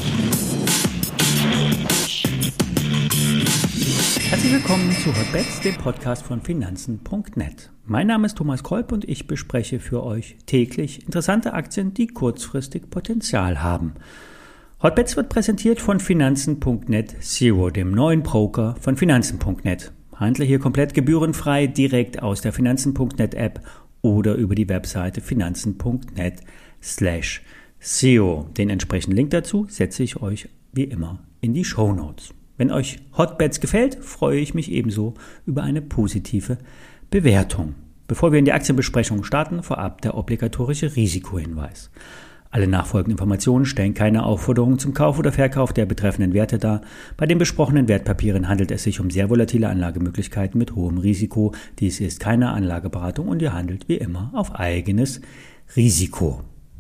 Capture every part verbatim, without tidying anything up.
Herzlich willkommen zu Hotbets, dem Podcast von Finanzen punkt net. Mein Name ist Thomas Kolb und ich bespreche für euch täglich interessante Aktien, die kurzfristig Potenzial haben. Hotbets wird präsentiert von Finanzen punkt net Zero, dem neuen Broker von Finanzen punkt net. Handle hier komplett gebührenfrei direkt aus der Finanzen punkt net App oder über die Webseite finanzen punkt net slash Zero. Den entsprechenden Link dazu setze ich euch wie immer in die Shownotes. Wenn euch Hotbets gefällt, freue ich mich ebenso über eine positive Bewertung. Bevor wir in die Aktienbesprechung starten, vorab der obligatorische Risikohinweis. Alle nachfolgenden Informationen stellen keine Aufforderung zum Kauf oder Verkauf der betreffenden Werte dar. Bei den besprochenen Wertpapieren handelt es sich um sehr volatile Anlagemöglichkeiten mit hohem Risiko. Dies ist keine Anlageberatung und ihr handelt wie immer auf eigenes Risiko.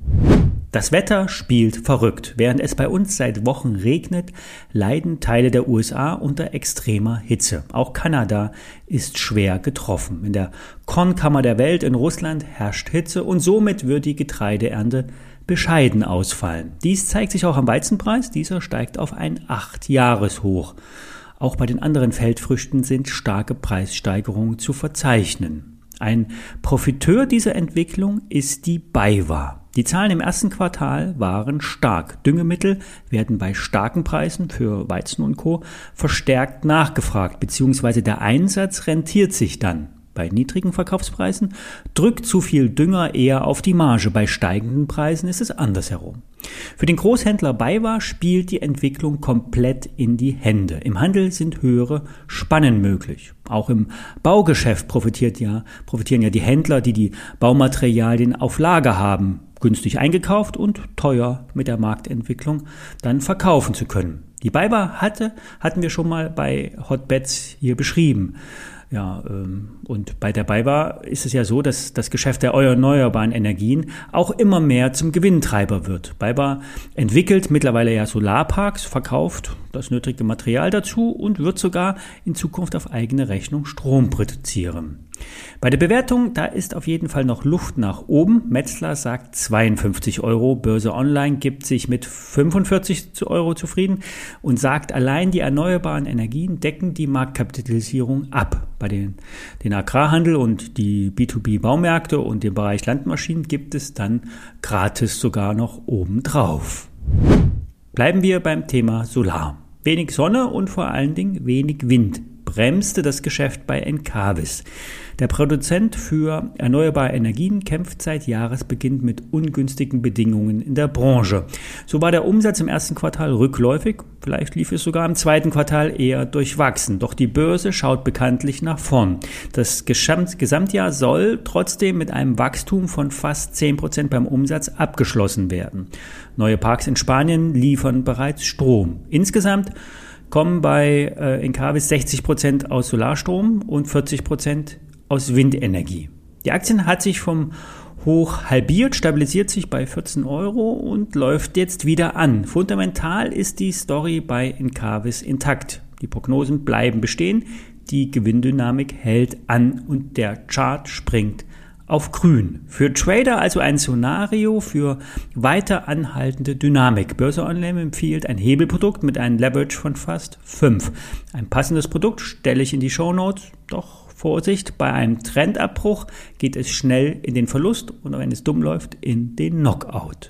Das Wetter spielt verrückt. Während es bei uns seit Wochen regnet, leiden Teile der U S A unter extremer Hitze. Auch Kanada ist schwer getroffen. In der Kornkammer der Welt in Russland herrscht Hitze und somit wird die Getreideernte bescheiden ausfallen. Dies zeigt sich auch am Weizenpreis. Dieser steigt auf ein acht-Jahres-Hoch. Auch bei den anderen Feldfrüchten sind starke Preissteigerungen zu verzeichnen. Ein Profiteur dieser Entwicklung ist die BayWa. Die Zahlen im ersten Quartal waren stark. Düngemittel werden bei starken Preisen für Weizen und Co. verstärkt nachgefragt, beziehungsweise der Einsatz rentiert sich dann. Bei niedrigen Verkaufspreisen drückt zu viel Dünger eher auf die Marge. Bei steigenden Preisen ist es andersherum. Für den Großhändler BayWa spielt die Entwicklung komplett in die Hände. Im Handel sind höhere Spannen möglich. Auch im Baugeschäft profitiert ja, profitieren ja die Händler, die die Baumaterialien auf Lager haben, günstig eingekauft und teuer mit der Marktentwicklung dann verkaufen zu können. Die BayWa hatte, hatten wir schon mal bei Hotbets hier beschrieben. Ja, ähm, und bei der BayWa ist es ja so, dass das Geschäft der erneuerbaren Energien auch immer mehr zum Gewinntreiber wird. BayWa entwickelt mittlerweile ja Solarparks, verkauft das nötige Material dazu und wird sogar in Zukunft auf eigene Rechnung Strom produzieren. Bei der Bewertung, da ist auf jeden Fall noch Luft nach oben. Metzler sagt zweiundfünfzig Euro, Börse Online gibt sich mit fünfundvierzig Euro zufrieden und sagt, allein die erneuerbaren Energien decken die Marktkapitalisierung ab. Bei den, den Agrarhandel und die B zwei B Baumärkte und dem Bereich Landmaschinen gibt es dann gratis sogar noch obendrauf. Bleiben wir beim Thema Solar. Wenig Sonne und vor allen Dingen wenig Wind bremste das Geschäft bei Encavis. Der Produzent für erneuerbare Energien kämpft seit Jahresbeginn mit ungünstigen Bedingungen in der Branche. So war der Umsatz im ersten Quartal rückläufig, vielleicht lief es sogar im zweiten Quartal eher durchwachsen. Doch die Börse schaut bekanntlich nach vorn. Das Gesamtjahr soll trotzdem mit einem Wachstum von fast zehn Prozent beim Umsatz abgeschlossen werden. Neue Parks in Spanien liefern bereits Strom. Insgesamt kommen bei äh, Encavis sechzig Prozent aus Solarstrom und vierzig Prozent aus Windenergie. Die Aktien hat sich vom Hoch halbiert, stabilisiert sich bei vierzehn Euro und läuft jetzt wieder an. Fundamental ist die Story bei Encavis intakt. Die Prognosen bleiben bestehen, die Gewinndynamik hält an und der Chart springt auf grün. Für Trader also ein Szenario für weiter anhaltende Dynamik. Börse Online empfiehlt ein Hebelprodukt mit einem Leverage von fast fünf. Ein passendes Produkt stelle ich in die Shownotes, doch Vorsicht, bei einem Trendabbruch geht es schnell in den Verlust und wenn es dumm läuft, in den Knockout.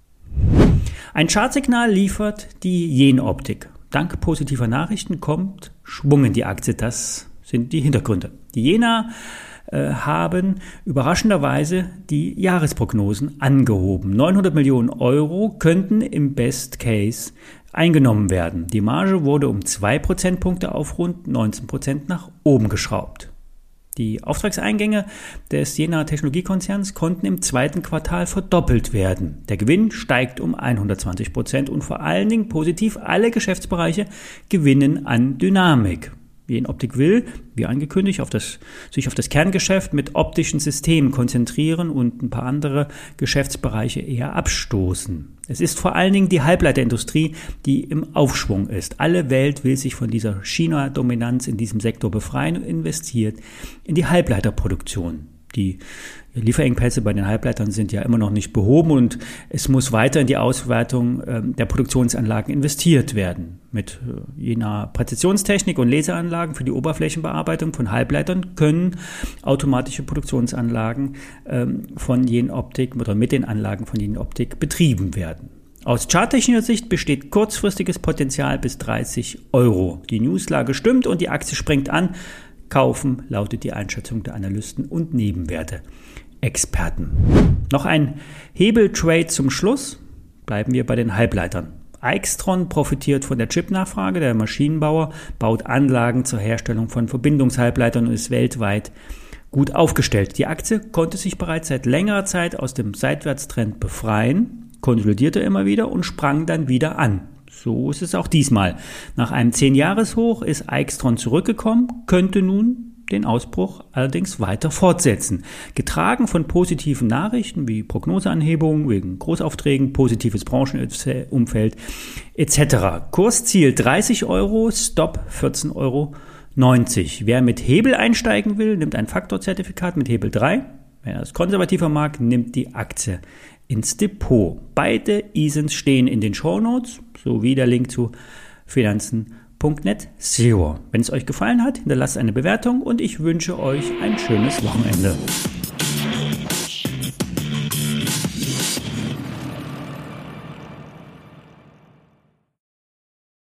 Ein Chartsignal liefert die Jenoptik. Dank positiver Nachrichten kommt Schwung in die Aktie. Das sind die Hintergründe. Die Jena äh, haben überraschenderweise die Jahresprognosen angehoben. neunhundert Millionen Euro könnten im Best Case eingenommen werden. Die Marge wurde um zwei Prozentpunkte auf rund neunzehn Prozent nach oben geschraubt. Die Auftragseingänge des Jena Technologiekonzerns konnten im zweiten Quartal verdoppelt werden. Der Gewinn steigt um hundertzwanzig Prozent und vor allen Dingen positiv alle Geschäftsbereiche gewinnen an Dynamik. Jenoptik will, wie angekündigt, auf das, sich auf das Kerngeschäft mit optischen Systemen konzentrieren und ein paar andere Geschäftsbereiche eher abstoßen. Es ist vor allen Dingen die Halbleiterindustrie, die im Aufschwung ist. Alle Welt will sich von dieser China-Dominanz in diesem Sektor befreien und investiert in die Halbleiterproduktion. Die Lieferengpässe bei den Halbleitern sind ja immer noch nicht behoben und es muss weiter in die Auswertung äh, der Produktionsanlagen investiert werden. Mit äh, jener Präzisionstechnik und Laseranlagen für die Oberflächenbearbeitung von Halbleitern können automatische Produktionsanlagen äh, von Jenoptik oder mit den Anlagen von Jenoptik betrieben werden. Aus charttechnischer Sicht besteht kurzfristiges Potenzial bis dreißig Euro. Die Newslage stimmt und die Aktie springt an. Kaufen lautet die Einschätzung der Analysten und Nebenwerte-Experten. Noch ein Hebeltrade zum Schluss. Bleiben wir bei den Halbleitern. Aixtron profitiert von der Chipnachfrage. Der Maschinenbauer baut Anlagen zur Herstellung von Verbindungshalbleitern und ist weltweit gut aufgestellt. Die Aktie konnte sich bereits seit längerer Zeit aus dem Seitwärtstrend befreien, konsolidierte immer wieder und sprang dann wieder an. So ist es auch diesmal. Nach einem zehn-Jahres-Hoch ist Aixtron zurückgekommen, könnte nun den Ausbruch allerdings weiter fortsetzen. Getragen von positiven Nachrichten wie Prognoseanhebungen wegen Großaufträgen, positives Branchenumfeld et cetera. Kursziel dreißig Euro, Stop vierzehn Euro neunzig. Wer mit Hebel einsteigen will, nimmt ein Faktorzertifikat mit Hebel drei. Wer es konservativer mag, nimmt die Aktie ins Depot. Beide I S Ins stehen in den Shownotes, sowie der Link zu Finanzen punkt net S E O. Wenn es euch gefallen hat, hinterlasst eine Bewertung und ich wünsche euch ein schönes Wochenende.